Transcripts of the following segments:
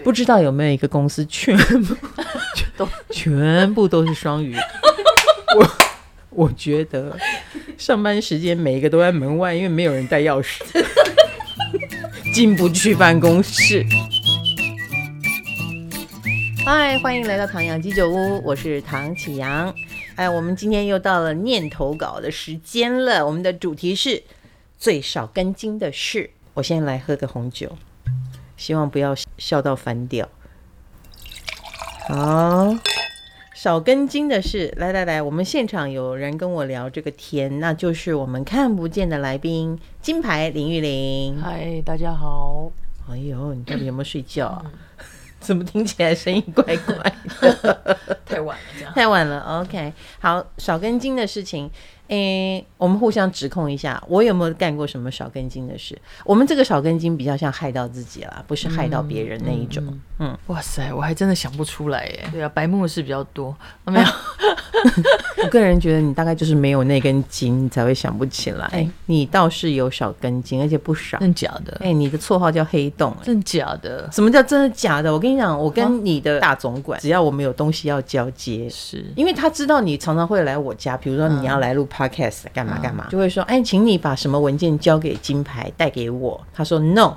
不知道有没有一个公司全部都是双语。我觉得上班时间每一个都在门外，因为没有人带钥匙进不去办公室。嗨，欢迎来到唐阳鸡酒屋，我是唐启阳。我们今天又到了念投稿的时间了，我们的主题是最少根筋的事。我先来喝个红酒，希望不要笑到翻掉。好，少根筋的事，来，我们现场有人跟我聊这个天，那就是我们看不见的来宾金牌林玉玲。 嗨，大家好。 哎呦，你到底有没有睡觉啊？怎么听起来声音怪怪的？ 太晚了，这样太晚了。OK， 好，少根筋的事情，我们互相指控一下，我有没有干过什么少根筋的事？我们这个少根筋比较像害到自己啦，不是害到别人那一种。 哇塞，我还真的想不出来耶。对啊，白目的事比较多。没有， 我个人觉得你大概就是没有那根筋，你才会想不起来。你倒是有少根筋，而且不少。 真的假的？ 你的绰号叫黑洞。 真的假的？ 什么叫真的假的？我跟你讲，我跟你的大总管，只要我们有东西要交接， 是因为他知道你常常会来我家，比如说你要来录 podcast 干嘛干嘛，就会说，请你把什么文件交给金牌带给我。他说 no，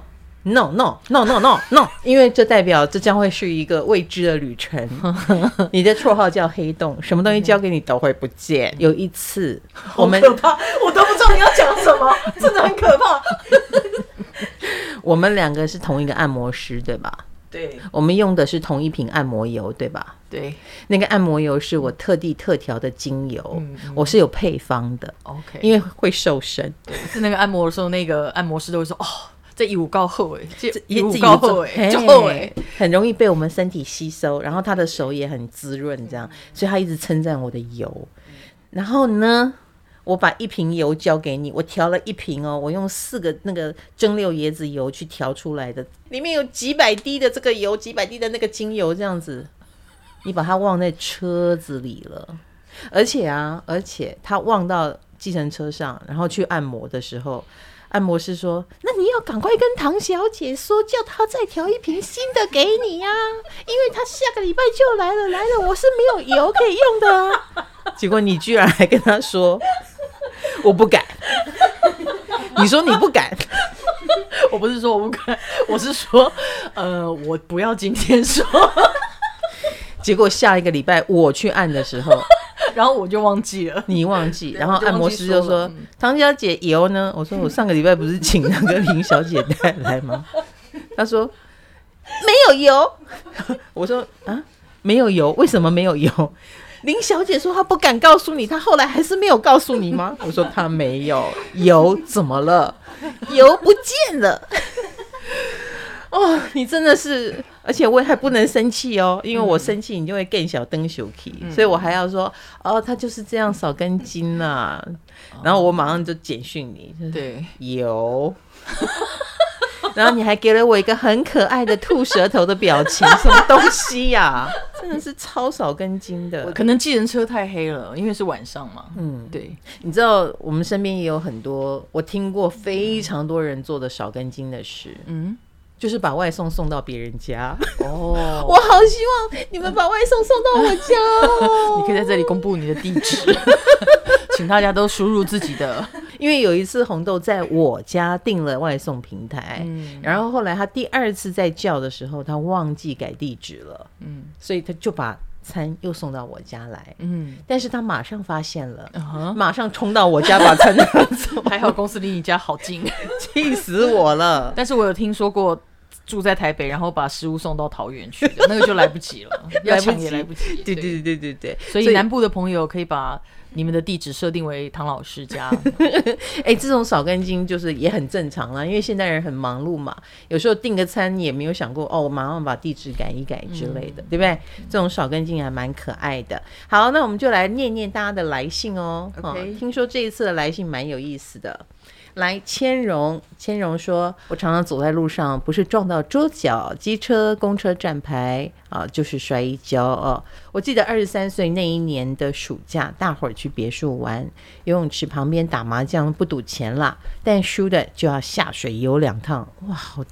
因为这代表这将会是一个未知的旅程。你的绰号叫黑洞，什么东西交给你都会不见。有一次我们好可怕，我都不知道你要讲什么，真的很可怕。 我们两个是同一个按摩师，对吧？ 对， 我们用的是同一瓶按摩油，对吧？ 对， 那个按摩油是我特地特调的精油，我是有配方的。 OK， 因为会瘦身。 对，是那个按摩的时候，那个按摩师都会说，哦，这衣服够厚这衣服够厚就厚很容易被我们身体吸收，然后他的手也很滋润，这样，所以他一直称赞我的油。然后呢，我把一瓶油交给你，我调了一瓶哦，我用4个那个蒸馏椰子油去调出来的，里面有几百滴的这个油，几百滴的那个精油，这样子，你把它忘在车子里了，而且他忘到计程车上，然后去按摩的时候，按摩师说：“那你要赶快跟唐小姐说，叫她再调一瓶新的给你呀，因为她下个礼拜就来了，我是没有油可以用的啊。”结果你居然还跟他说：“我不敢。”你说你不敢？ 我不是说我不敢，我是说，我不要今天说。 结果下一个礼拜我去按的时候， 然后我就忘记了， 你忘记，然后按摩师就说：“唐小姐油呢？”我说：“我上个礼拜不是请那个林小姐带来吗？”他说：“没有油。”我说：“啊，没有油？为什么没有油？”林小姐说她不敢告诉你，她后来还是没有告诉你吗？我说她没有。油怎么了？油不见了。哦，你真的是，而且我还不能生气哦，因为我生气你就会更小灯手气，所以我还要说他就是这样少根筋啊，然后我马上就简讯你， 对， 油。然后你还给了我一个很可爱的吐舌头的表情，什么东西呀？真的是超少根筋的。 可能计程车太黑了，因为是晚上嘛。对。 你知道我们身边也有很多，我听过非常多人做的少根筋的事。就是把外送送到别人家。我好希望你们把外送送到我家哦。 你可以在这里公布你的地址，请大家都输入自己的。 因为有一次红豆在我家订了外送平台，然后后来他第2次再叫的时候，他忘记改地址了，所以他就把餐又送到我家来，但是他马上发现了，马上冲到我家把餐拿走。 还好公司离你家好近， 气死我了。 但是我有听说过住在台北然后把食物送到桃园去的，那个就来不及了，要抢也来不及。 对， 所以南部的朋友可以把你们的地址设定为唐老师家。 这种少根筋就是也很正常啦，因为现代人很忙碌嘛，有时候订个餐也没有想过我马上把地址改一改之类的，对不对？这种少根筋还蛮可爱的。好，那我们就来念念大家的来信哦。听说这一次的来信蛮有意思的。来，千荣说，我常常走在路上，不是撞到桌角、机车、公车站牌就是摔一跤我记得23岁那一年的暑假，大伙儿去别墅玩，游泳池旁边打麻将，不赌钱啦，但输的就要下水游2趟，哇，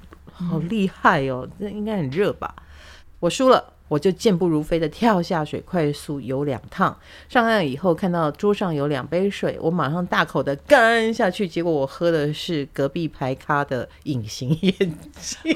好厉害哦，这应该很热吧？我输了，我就健步如飞的跳下水，快速游2趟。上岸以后看到桌上有2杯水，我马上大口的干下去，结果我喝的是隔壁排咖的隐形眼镜。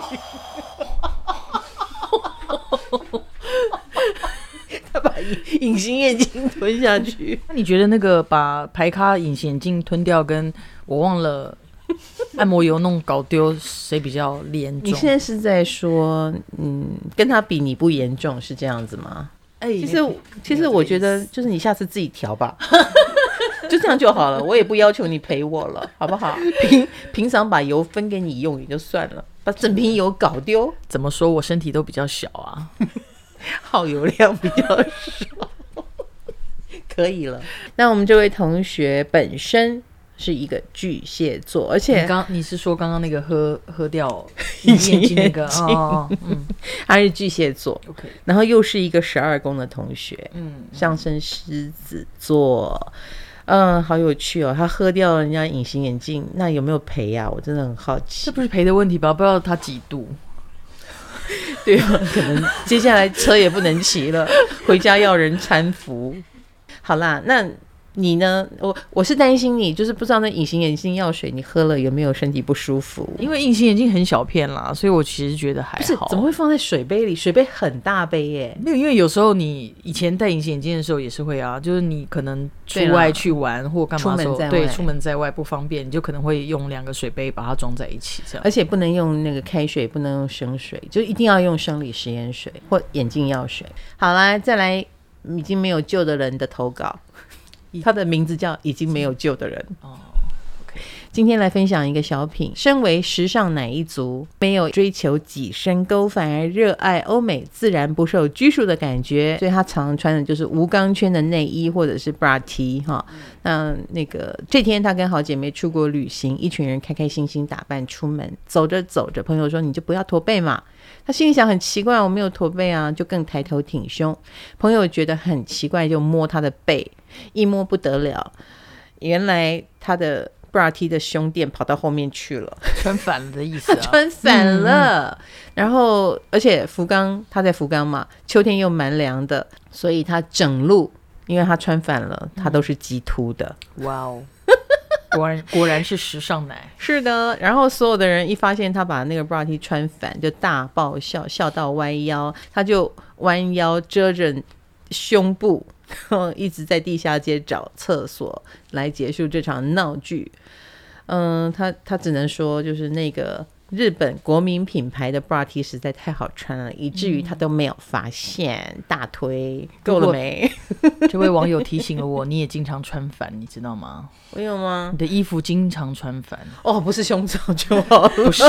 他把隐形眼镜吞下去。 那你觉得那个把排咖隐形眼镜吞掉，跟我忘了按摩油弄搞丢，谁比较严重？ 你现在是在说，跟他比你不严重是这样子吗？其实我觉得就是你下次自己调吧。就这样就好了，我也不要求你陪我了，好不好？平常把油分给你用也就算了，把整瓶油搞丢， 怎么说我身体都比较小啊， 耗油量比较少。可以了。那我们这位同学本身是一个巨蟹座，而且你是说刚刚那个喝掉隐形眼镜那个他是巨蟹座， OK， 然后又是一个12宫的同学，上升狮子座。好有趣哦！他喝掉人家隐形眼镜，那有没有赔啊？我真的很好奇。 这不是赔的问题吧？不知道他几度。 对啊，可能接下来车也不能骑了，回家要人搀扶。好啦，那你呢？我是担心你，就是不知道那隐形眼镜药水你喝了有没有身体不舒服？ 因为隐形眼镜很小片啦，所以我其实觉得还好。 不是，怎么会放在水杯里？水杯很大杯耶。 没有，因为有时候你以前戴隐形眼镜的时候也是会啊，就是你可能出外去玩或干嘛的时候，对，出门在外不方便，你就可能会用2个水杯把它装在一起，这样。 而且不能用那个开水，不能用生水，就一定要用生理食盐水或眼镜药水。好啦，再来已经没有救的人的投稿。他的名字叫已经没有救的人。 OK， 今天来分享一个小品。身为时尚奶一族，没有追求几身沟，反而热爱欧美自然不受拘束的感觉，所以他常穿的就是无钢圈的内衣或者是 bra T 哈。那个这天他跟好姐妹出国旅行，一群人开开心心打扮出门，走着走着，朋友说你就不要驼背嘛。他心里想很奇怪，我没有驼背啊，就更抬头挺胸。朋友觉得很奇怪，就摸他的背，一摸不得了，原来他的 bra T 的胸垫跑到后面去了， 穿反了的意思啊。 穿反了。然后而且他在福冈嘛，秋天又蛮凉的，所以他整路，因为他穿反了，他都是激凸的。 哇哦，果然是时尚奶。 是的，然后所有的人一发现他把那个 bra T 穿反，就大爆笑，笑到弯腰，他就弯腰遮着胸部，一直在地下街找厕所来结束这场闹剧。他只能说，就是那个日本国民品牌的 bra T 实在太好穿了，以至于他都没有发现。大推够了没？ 这位网友提醒了我，你也经常穿反，你知道吗？ 我有吗？ 你的衣服经常穿反。 哦，不是胸罩就好了。 不是。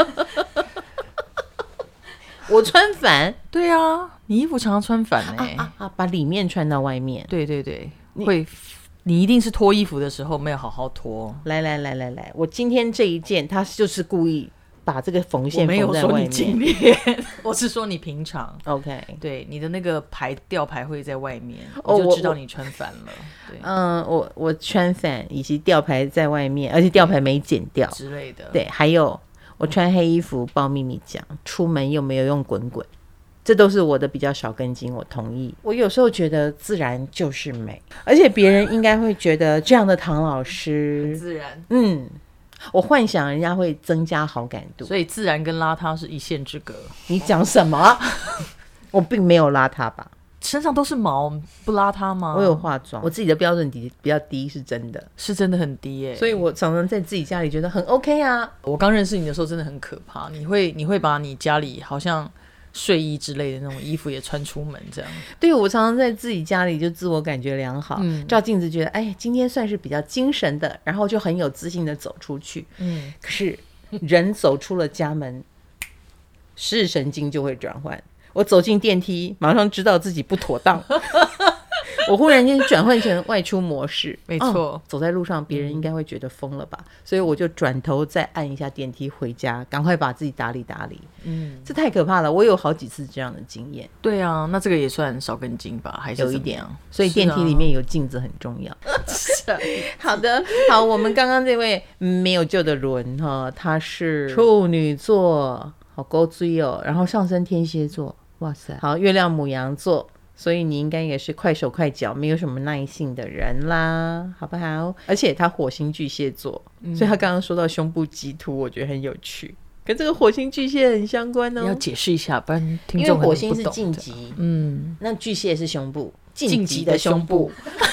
我穿反？ 对啊，你衣服常常穿反把里面穿到外面。 对对对，你一定是脱衣服的时候没有好好脱。 来，我今天这一件，他就是故意把这个缝线缝在外面。我没有说你今天，我是说你平常。 OK， 对，你的那个吊牌会在外面，我就知道你穿反了。对， 我穿反以及吊牌在外面，而且吊牌没剪掉之类的。 对，还有我穿黑衣服报秘密讲，出门又没有用滚滚。这都是我的比较少根筋，我同意。我有时候觉得自然就是美，而且别人应该会觉得这样的唐老师很自然。 我幻想人家会增加好感度。 所以自然跟邋遢是一线之隔。 你讲什么？我并没有邋遢吧？ 身上都是毛，不邋遢吗？ 我有化妆，我自己的标准比较低，是真的， 是真的很低耶。 所以我常常在自己家里觉得很 OK 啊。 我刚认识你的时候真的很可怕，你会把你家里好像睡衣之类的那种衣服也穿出门这样。 对，我常常在自己家里就自我感觉良好，照镜子觉得哎，今天算是比较精神的，然后就很有自信的走出去。可是人走出了家门，视神经就会转换。我走进电梯，马上知道自己不妥当。我忽然间转换成外出模式， 没错， 走在路上别人应该会觉得疯了吧，所以我就转头再按一下电梯回家，赶快把自己打理打理。这太可怕了，我有好几次这样的经验。 对啊，那这个也算少根筋吧，还是有一点，所以电梯里面有镜子很重要。好的，好，我们刚刚这位没有救的伦他是处女座。 好勾追哦。然后上升天蝎座，哇塞，好，月亮牡羊座，所以你应该也是快手快脚没有什么耐性的人啦，好不好？而且他火星巨蟹座，所以他刚刚说到胸部激凸，我觉得很有趣，跟这个火星巨蟹很相关哦。 要解释一下，不然听众因为火星是晋级，那巨蟹是胸部，晋级的胸部。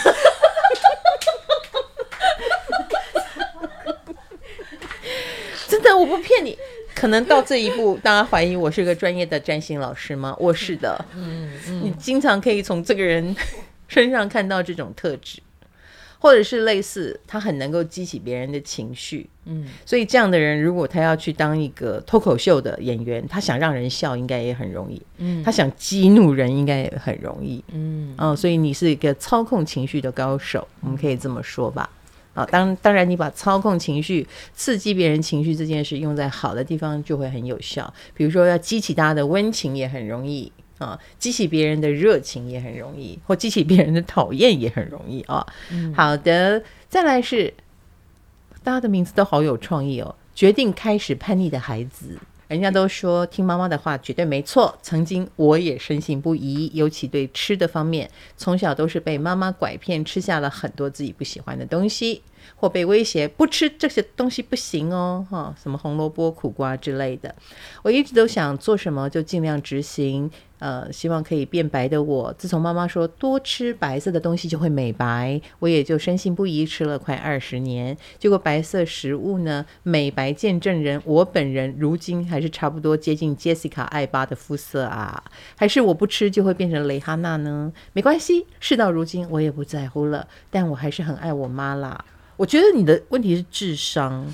真的，我不骗你。可能到这一步，大家怀疑我是个专业的占星老师吗？我是的。你经常可以从这个人身上看到这种特质，或者是类似他很能够激起别人的情绪。所以这样的人，如果他要去当一个脱口秀的演员，他想让人笑应该也很容易。他想激怒人应该也很容易。所以你是一个操控情绪的高手，我们可以这么说吧。当然你把操控情绪刺激别人情绪这件事用在好的地方就会很有效，比如说要激起大家的温情也很容易激起别人的热情也很容易，或激起别人的讨厌也很容易好的，再来是大家的名字都好有创意哦，决定开始叛逆的孩子。人家都说听妈妈的话绝对没错，曾经我也深信不疑，尤其对吃的方面，从小都是被妈妈拐骗吃下了很多自己不喜欢的东西，或被威胁不吃这些东西不行哦，什么红萝卜苦瓜之类的。我一直都想做什么就尽量执行，希望可以变白的我，自从妈妈说多吃白色的东西就会美白，我也就深信不疑吃了快20年。结果白色食物呢，美白见证人我本人如今还是差不多接近 Jessica 艾巴的肤色啊，还是我不吃就会变成蕾哈娜呢？没关系，事到如今我也不在乎了，但我还是很爱我妈啦。我觉得你的问题是智商。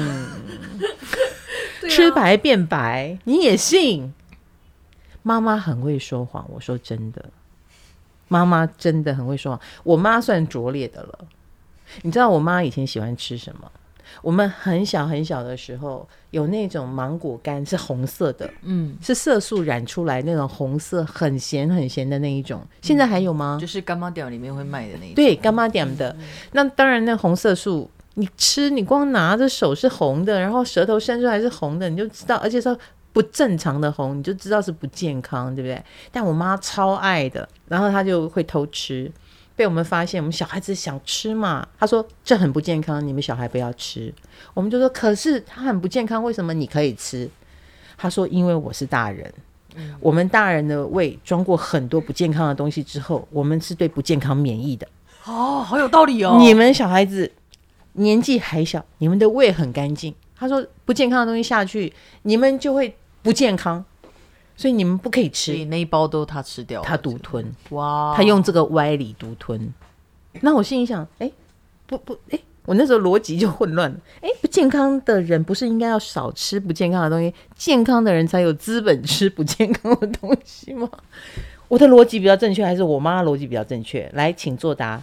吃白变白你也信？妈妈很会说谎，我说真的，妈妈真的很会说谎。我妈算拙劣的了。你知道我妈以前喜欢吃什么？我们很小很小的时候有那种芒果干是红色的，是色素染出来那种红色很咸很咸的那一种，现在还有吗？ 就是干妈店里面会卖的那一种。 对，干妈店的。那当然那红色素你吃，你光拿着手是红的，然后舌头伸出来是红的，你就知道，而且说不正常的红，你就知道是不健康，对不对？但我妈超爱的，然后她就会偷吃，被我们发现，我们小孩子想吃嘛，她说这很不健康，你们小孩不要吃。我们就说可是它很不健康，为什么你可以吃？她说因为我是大人，我们大人的胃装过很多不健康的东西之后，我们是对不健康免疫的。 好有道理哦。 你们小孩子年纪还小，你们的胃很干净，他说不健康的东西下去你们就会不健康，所以你们不可以吃。 所以那一包都他吃掉了， 他独吞。 哇， 他用这个歪理独吞。那我心里想我那时候逻辑就混乱了。不健康的人不是应该要少吃不健康的东西，健康的人才有资本吃不健康的东西吗？我的逻辑比较正确还是我妈的逻辑比较正确？来请作答。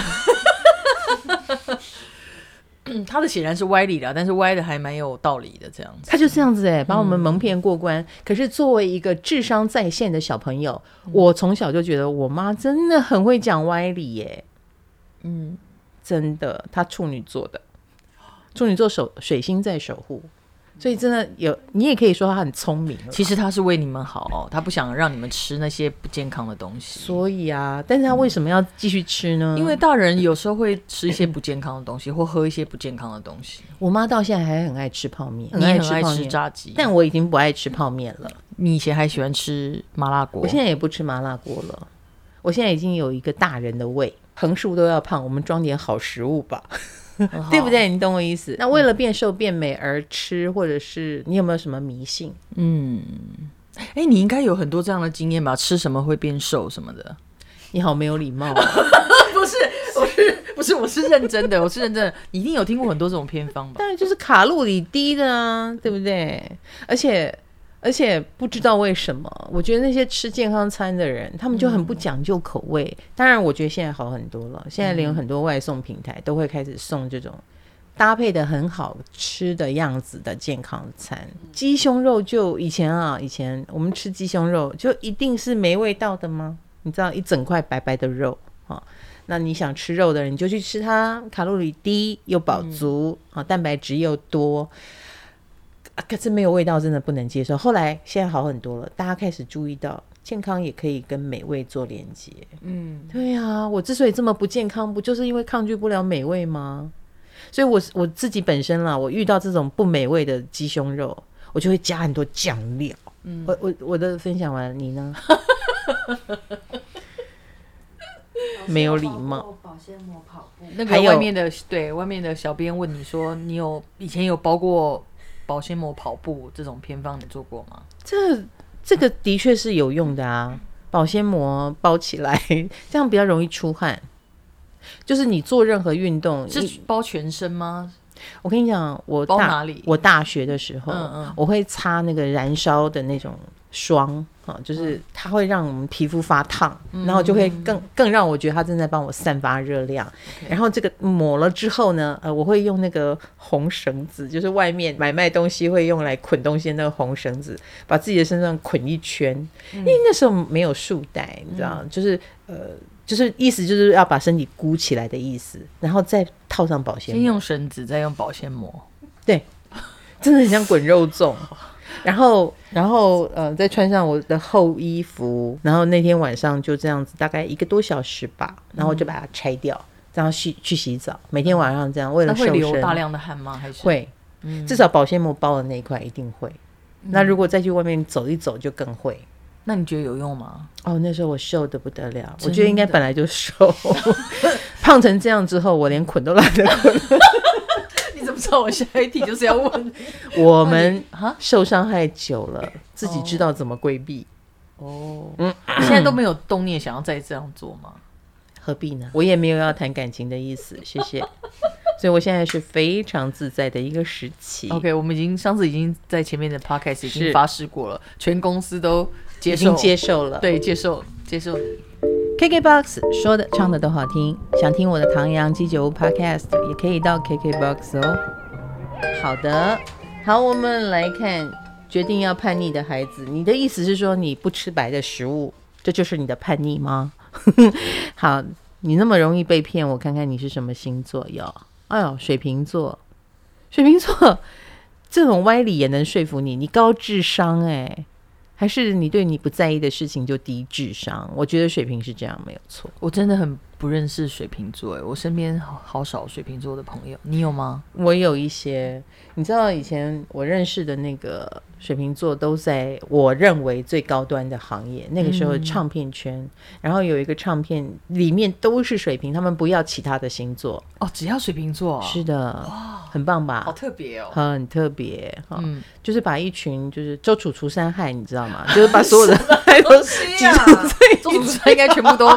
他的显然是歪理的，但是歪的还蛮有道理的，这样子。 他就这样子把我们蒙骗过关。可是作为一个智商在线的小朋友，我从小就觉得我妈真的很会讲歪理耶。真的，她处女座的，处女座水星在守护，所以真的有，你也可以说他很聪明。 其实他是为你们好他不想让你们吃那些不健康的东西。 所以啊，但是他为什么要继续吃呢？ 因为大人有时候会吃一些不健康的东西，或喝一些不健康的东西。 我妈到现在还很爱吃泡面， 你很爱吃炸鸡， 但我已经不爱吃泡面了。 你以前还喜欢吃麻辣锅， 我现在也不吃麻辣锅了。我现在已经有一个大人的胃，横竖都要胖，我们装点好食物吧。对不对？你懂我意思？那为了变瘦变美而吃，或者是你有没有什么迷信？ 你应该有很多这样的经验吧？吃什么会变瘦什么的？ 你好没有礼貌。 不是，我是认真的，你一定有听过很多这种偏方吧？ 当然就是卡路里低的啊，对不对？而且不知道为什么，我觉得那些吃健康餐的人，他们就很不讲究口味。当然，我觉得现在好很多了，现在连很多外送平台都会开始送这种搭配的很好吃的样子的健康餐。鸡胸肉就以前我们吃鸡胸肉就一定是没味道的吗？你知道一整块白白的肉那你想吃肉的人你就去吃它，卡路里低又饱足蛋白质又多。 可是没有味道真的不能接受。后来现在好很多了，大家开始注意到健康也可以跟美味做连接。对啊，我之所以这么不健康，不就是因为抗拒不了美味吗？所以我自己本身啦，我遇到这种不美味的鸡胸肉，我就会加很多酱料。我的分享完了，你呢？没有礼貌。 保鲜膜跑步， 那个外面的小编问你说，你以前有包过保鲜膜跑步这种偏方，你做过吗？ 这个的确是有用的啊，保鲜膜包起来，这样比较容易出汗。就是你做任何运动， 是包全身吗？ 我跟你讲， 包哪里？ 我大学的时候，我会擦那个燃烧的那种霜，就是它会让我们皮肤发烫，然后就会更让我觉得它正在帮我散发热量。然后这个抹了之后呢，我会用那个红绳子，就是外面买卖东西会用来捆东西的那个红绳子，把自己的身上捆一圈。因为那时候没有束带，你知道，就是意思就是要把身体箍起来的意思，然后再套上保鲜膜， 先用绳子，再用保鲜膜。 对，真的很像滚肉粽。然后再穿上我的厚衣服，然后那天晚上就这样子大概1个多小时吧，然后就把它拆掉，然后去洗澡。每天晚上这样，为了瘦身。 那会流大量的汗吗？还是会？至少保鲜膜包的那一块一定会。那如果再去外面走一走，就更会。 那你觉得有用吗？ 那时候我瘦的不得了，我觉得应该本来就瘦，胖成这样之后，我连捆都懒得捆。 你怎么知道我下一题就是要问我们受伤害久了，自己知道怎么规避。 你现在都没有动念想要再这样做吗？ 何必呢？我也没有要谈感情的意思，谢谢。所以我现在是非常自在的一个时期。 OK， 我们上次已经在前面的 podcast 已经发誓过了，全公司都已经接受了， 对，接受。 KKBOX 说的唱的都好听，想听我的唐阳鸡酒屋 podcast 也可以到 KKBOX 哦。好，我们来看决定要叛逆的孩子。你的意思是说你不吃白的食物，这就是你的叛逆吗？好，你那么容易被骗，我看看你是什么星座哟。水瓶座这种歪理也能说服你？你高智商还是你对你不在意的事情就低智商？我觉得水瓶是这样，没有错。 我真的很不认识水瓶座，我身边好少水瓶座的朋友。你有吗？ 我有一些，你知道以前我认识的那个水瓶座都在我认为最高端的行业，那个时候唱片圈，然后有一个唱片里面都是水瓶，他们不要其他的星座只要水瓶座是的，很棒吧？ 好特别哦， 很特别就是把一群就是周楚除三害，你知道吗？就是把所有的害都集中在一起， 周楚除三应该全部都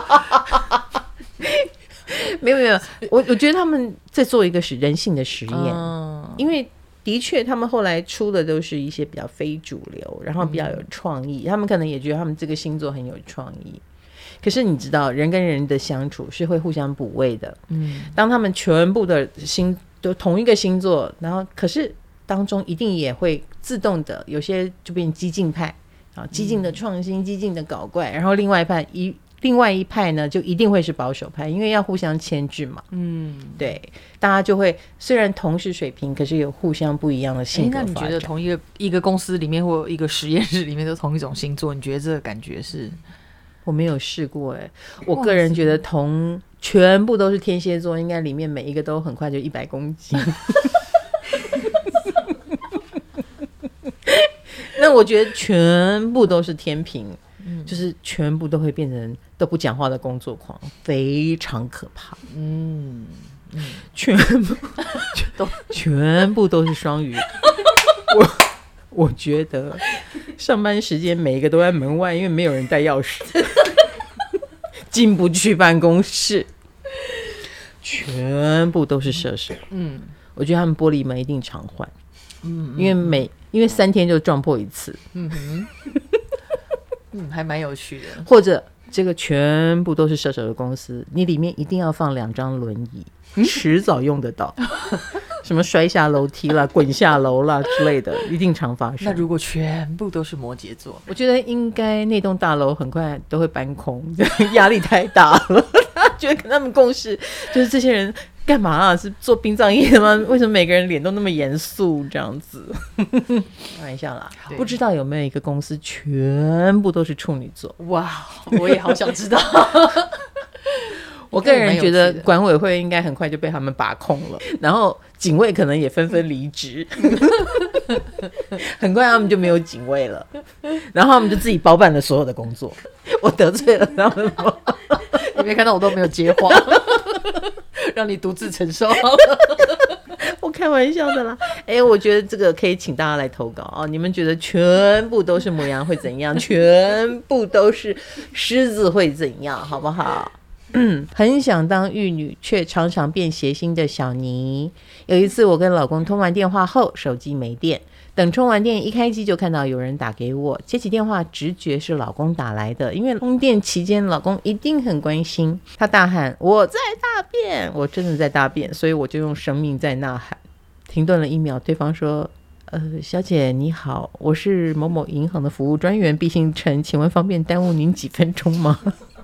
没有，我觉得他们在做一个人性的实验，因为的确他们后来出的都是一些比较非主流，然后比较有创意，他们可能也觉得他们这个星座很有创意。可是你知道人跟人的相处是会互相补味的，当他们全部的都同一个星座，然后可是当中一定也会自动的有些就变激进派激进的创新，激进的搞怪，然后另外一派呢就一定会是保守派，因为要互相牵制嘛。对，大家就会虽然同是水瓶，可是有互相不一样的性格发展。 那你觉得同一个公司里面或一个实验室里面都同一种星座，你觉得这个感觉是？ 我没有试过我个人觉得全部都是天蝎座，应该里面每一个都很快就100公斤。那我觉得全部都是天秤，就是全部都会变成都不讲话的工作狂，非常可怕。全部都是双鱼。我觉得上班时间每一个都在门外，因为没有人带钥匙，进不去办公室。全部都是射手。我觉得他们玻璃门一定常换。因为3天就撞破一次。 还蛮有趣的。 或者这个全部都是射手的公司，你里面一定要放2张轮椅，迟早用得到。什么摔下楼梯啦、滚下楼啦之类的，一定常发生。 那如果全部都是摩羯座， 我觉得应该那栋大楼很快都会搬空，压力太大了。觉得跟他们共事，就是这些人干嘛啊？是做殡葬业的吗？为什么每个人脸都那么严肃这样子？开玩笑啦，不知道有没有一个公司全部都是处女座？ 哇，我也好想知道。 我个人觉得管委会应该很快就被他们把控了，然后警卫可能也纷纷离职，很快他们就没有警卫了，然后他们就自己包办了所有的工作。我得罪了他们吗？ 你没看到我都没有接话，让你独自承受。 我开玩笑的啦。我觉得这个可以请大家来投稿啊！你们觉得全部都是牡羊会怎样？全部都是狮子会怎样？好不好？很想当玉女，却常常变谐星的小妮。有一次我跟老公通完电话后，手机没电，等充完电一开机就看到有人打给我，接起电话直觉是老公打来的，因为充电期间老公一定很关心。他大喊我在大便，我真的在大便，所以我就用生命在呐喊。停顿了1秒，对方说小姐你好，我是某某银行的服务专员毕信成，请问方便耽误您几分钟吗？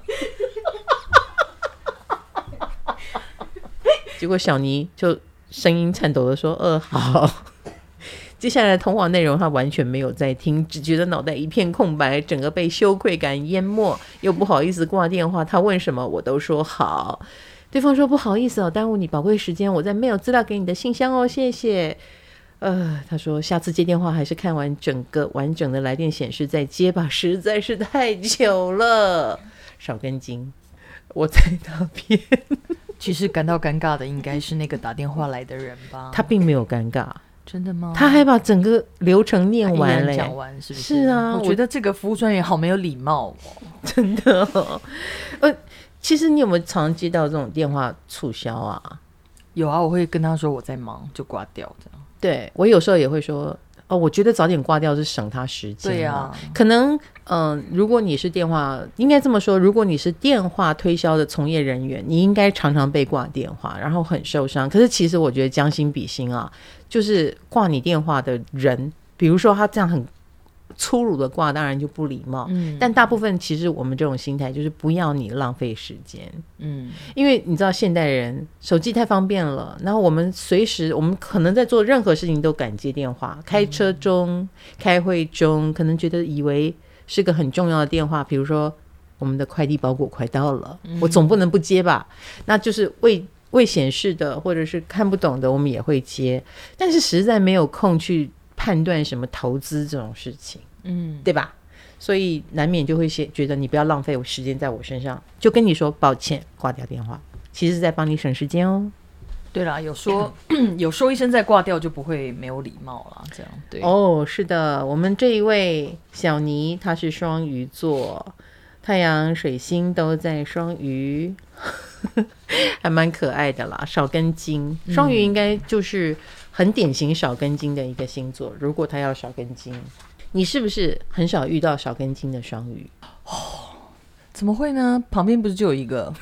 结果小妮就声音颤抖的说好。接下来的通话内容他完全没有在听，只觉得脑袋一片空白，整个被羞愧感淹没，又不好意思挂电话，他问什么我都说好。对方说不好意思耽误你宝贵时间，我再mail资料给你的信箱谢谢。他说下次接电话还是看完整个完整的来电显示再接吧，实在是太久了。少根筋，我在那边。 其实感到尴尬的应该是那个打电话来的人吧？ 他并没有尴尬。 真的吗？ 他还把整个流程念完了， 讲完是不是？ 是啊， 我觉得这个服务专员好没有礼貌真的其实你有没有常接到这种电话促销啊？ 有啊，我会跟他说我在忙就挂掉这样。 对，我有时候也会说我觉得早点挂掉是省他时间。 对啊， 可能如果你是电话，应该这么说，如果你是电话推销的从业人员，你应该常常被挂电话，然后很受伤。可是其实我觉得将心比心啊，就是挂你电话的人，比如说他这样很粗鲁的挂，当然就不礼貌。但大部分其实我们这种心态就是不要你浪费时间。因为你知道现代人手机太方便了，然后我们随时我们可能在做任何事情都敢接电话，开车中开会中可能觉得以为是个很重要的电话，比如说我们的快递包裹快到了，我总不能不接吧，那就是未显示的或者是看不懂的我们也会接，但是实在没有空去判断什么投资这种事情，对吧？所以难免就会觉得你不要浪费我时间在我身上，就跟你说抱歉挂掉电话，其实是在帮你省时间哦。 对啦，有说一声再挂掉就不会没有礼貌啦，这样对。 是的，我们这一位小妮她是双鱼座，太阳水星都在双鱼还蛮可爱的啦，少根筋。双鱼应该就是很典型少根筋的一个星座，如果他要少根筋，你是不是很少遇到少根筋的双鱼？ 怎么会呢？旁边不是就有一个？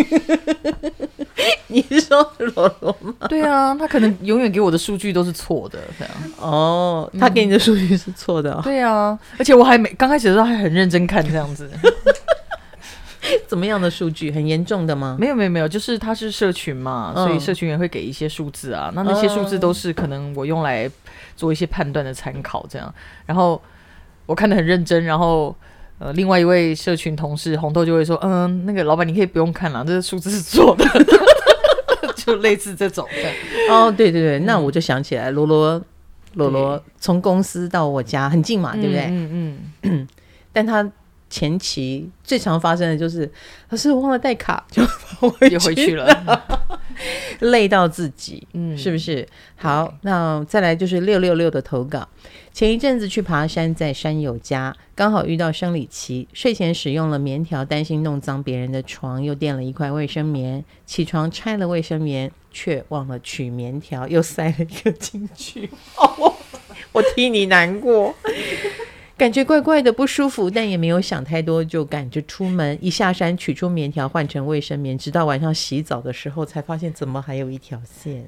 你是说罗罗吗？ 对啊，他可能永远给我的数据都是错的，这样。 他给你的数据是错的。 对啊，而且我还刚开始的时候还很认真看这样子。 怎么样的数据？很严重的吗？ 没有，就是它是社群嘛，所以社群也会给一些数字啊。那些数字都是可能我用来做一些判断的参考，这样。然后我看得很认真，然后另外一位社群同事红豆就会说，那个老板你可以不用看啦，这个数字是错的，就类似这种的。 对，那我就想起来，罗罗从公司到我家很近嘛，对不对？但他前期最常发生的就是可是我忘了带卡就回去了累到自己，是不是？好，那再来就是666的投稿。前一阵子去爬山，在山友家刚好遇到生理期，睡前使用了棉条，担心弄脏别人的床，又垫了一块卫生棉，起床拆了卫生棉，却忘了取棉条，又塞了一个进去。我替你难过，感觉怪怪的不舒服，但也没有想太多，就赶着出门。一下山取出棉条换成卫生棉，直到晚上洗澡的时候才发现怎么还有一条线。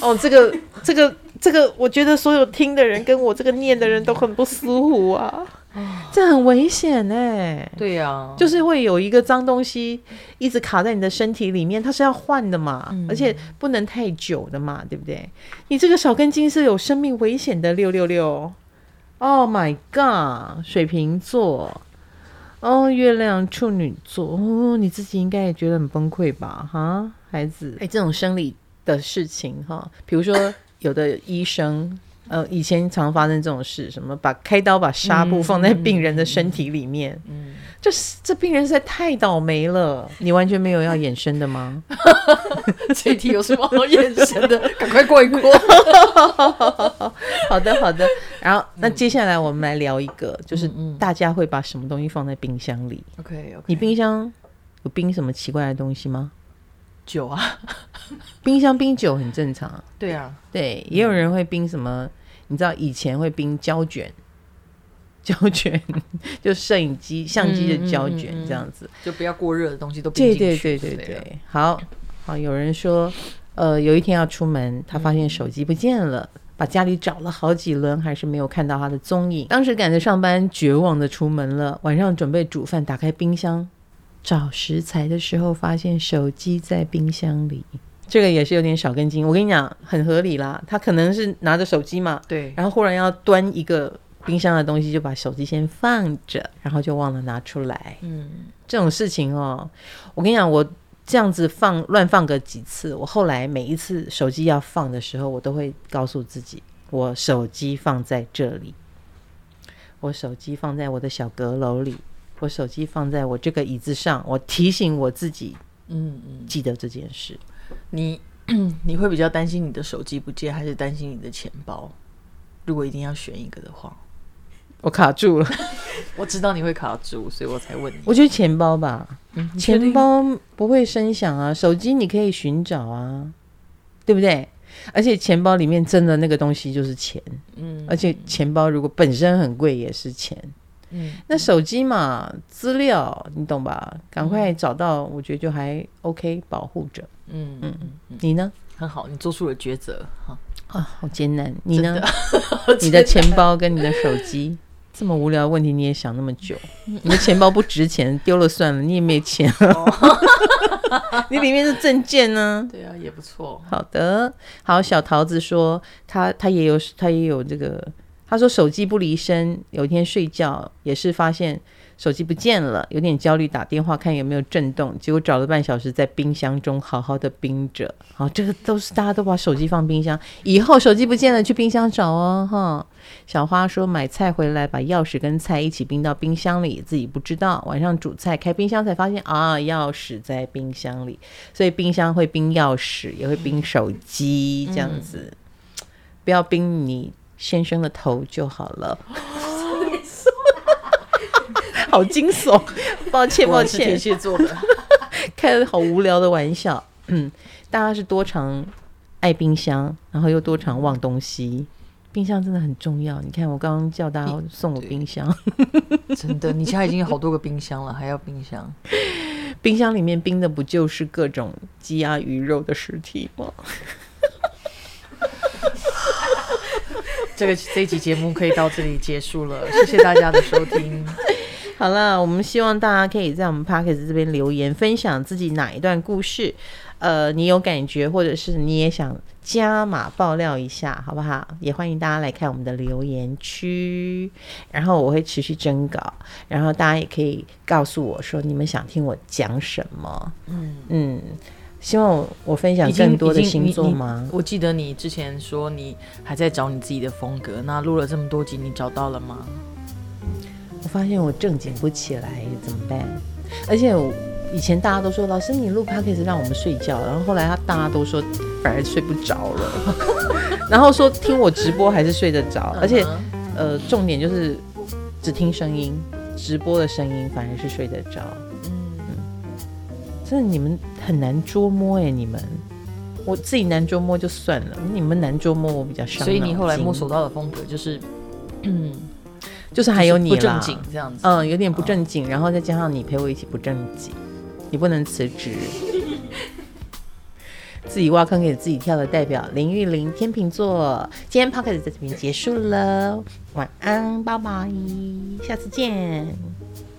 这个我觉得所有听的人跟我这个念的人都很不舒服啊。 这很危险哎。 对呀， 就是会有一个脏东西一直卡在你的身体里面，它是要换的嘛，而且不能太久的嘛，对不对？你这个少根筋是有生命危险的，666。Oh my god， 水瓶座，月亮处女座，你自己应该也觉得很崩溃吧？哈，孩子，这种生理的事情哈，比如说有的医生。以前常发生这种事，什么开刀把纱布放在病人的身体里面，这病人实在太倒霉了。你完全没有要衍生的吗？ 这一题有什么好衍生的？赶快过一过。 好的。然后那接下来我们来聊一个，就是大家会把什么东西放在冰箱里？OK， 你冰箱有冰什么奇怪的东西吗？ 酒啊， 冰箱冰酒很正常。 对啊， 对，也有人会冰什么？你知道以前会冰胶卷，就摄影机、相机的胶卷这样子， 就不要过热的东西都冰进去。 对。好，有人说，有一天要出门，他发现手机不见了。把家里找了好几轮，还是没有看到他的踪影。当时赶着上班，绝望的出门了。晚上准备煮饭，打开冰箱找食材的时候，发现手机在冰箱里。这个也是有点少根筋，我跟你讲很合理啦，他可能是拿着手机嘛， 对， 然后忽然要端一个冰箱的东西，就把手机先放着，然后就忘了拿出来。这种事情我跟你讲，我这样子乱放个几次，我后来每一次手机要放的时候，我都会告诉自己，我手机放在这里，我手机放在我的小阁楼里，我手机放在我这个椅子上，我提醒我自己记得这件事。 你会比较担心你的手机不见，还是担心你的钱包？如果一定要选一个的话， 我卡住了。 我知道你会卡住，所以我才问你。 我觉得钱包吧，钱包不会声响啊，手机你可以寻找啊，对不对？而且钱包里面真的那个东西就是钱，而且钱包如果本身很贵也是钱。那手机嘛，资料你懂吧？赶快找到，我觉得就还 OK， 保护着。你呢？ 很好，你做出了抉择。 好艰难。你呢？你的钱包跟你的手机，这么无聊的问题你也想那么久？你的钱包不值钱，丢了算了，你也没钱你里面是证件呢。 对啊，也不错。 好的，好，小桃子说他也有这个。他说手机不离身，有一天睡觉也是发现手机不见了，有点焦虑，打电话看有没有震动，结果找了半小时在冰箱中好好的冰着。好，这个都是大家都把手机放冰箱，以后手机不见了去冰箱找哦。小花说买菜回来把钥匙跟菜一起冰到冰箱里，自己不知道，晚上煮菜开冰箱才发现钥匙在冰箱里，所以冰箱会冰钥匙也会冰手机这样子。不要冰你先生的头就好了。好惊悚，抱歉天蝎座的开了好无聊的玩笑。大家是多常爱冰箱，然后又多常忘东西。冰箱真的很重要，你看我刚刚叫大家送我冰箱。 真的，你家已经有好多个冰箱了，还要冰箱？ 冰箱里面冰的不就是各种鸡鸭鱼肉的尸体吗？ 这一集节目可以到这里结束了，谢谢大家的收听。 好了，我们希望大家可以在我们 Podcast 这边留言，分享自己哪一段故事，你有感觉，或者是你也想加码爆料一下，好不好？也欢迎大家来看我们的留言区，然后我会持续征稿，然后大家也可以告诉我说你们想听我讲什么。希望我分享更多的星座吗？ 我记得你之前说你还在找你自己的风格，那录了这么多集，你找到了吗？ 我发现我正经不起来，怎么办？而且以前大家都说老师你录 podcast 让我们睡觉，然后后来大家都说反而睡不着了，然后说听我直播还是睡得着，而且重点就是只听声音，直播的声音反而是睡得着。真的你们很难捉摸耶，你们我自己难捉摸就算了，你们难捉摸我比较伤脑筋。 所以你后来摸索到的风格就是就是还有你啦， 不正经这样子， 有点不正经，然后再加上你陪我一起不正经，你不能辞职。 自己挖坑给自己跳的代表林玉玲，天秤座。今天 podcast 在这边结束了，晚安，拜拜，下次见。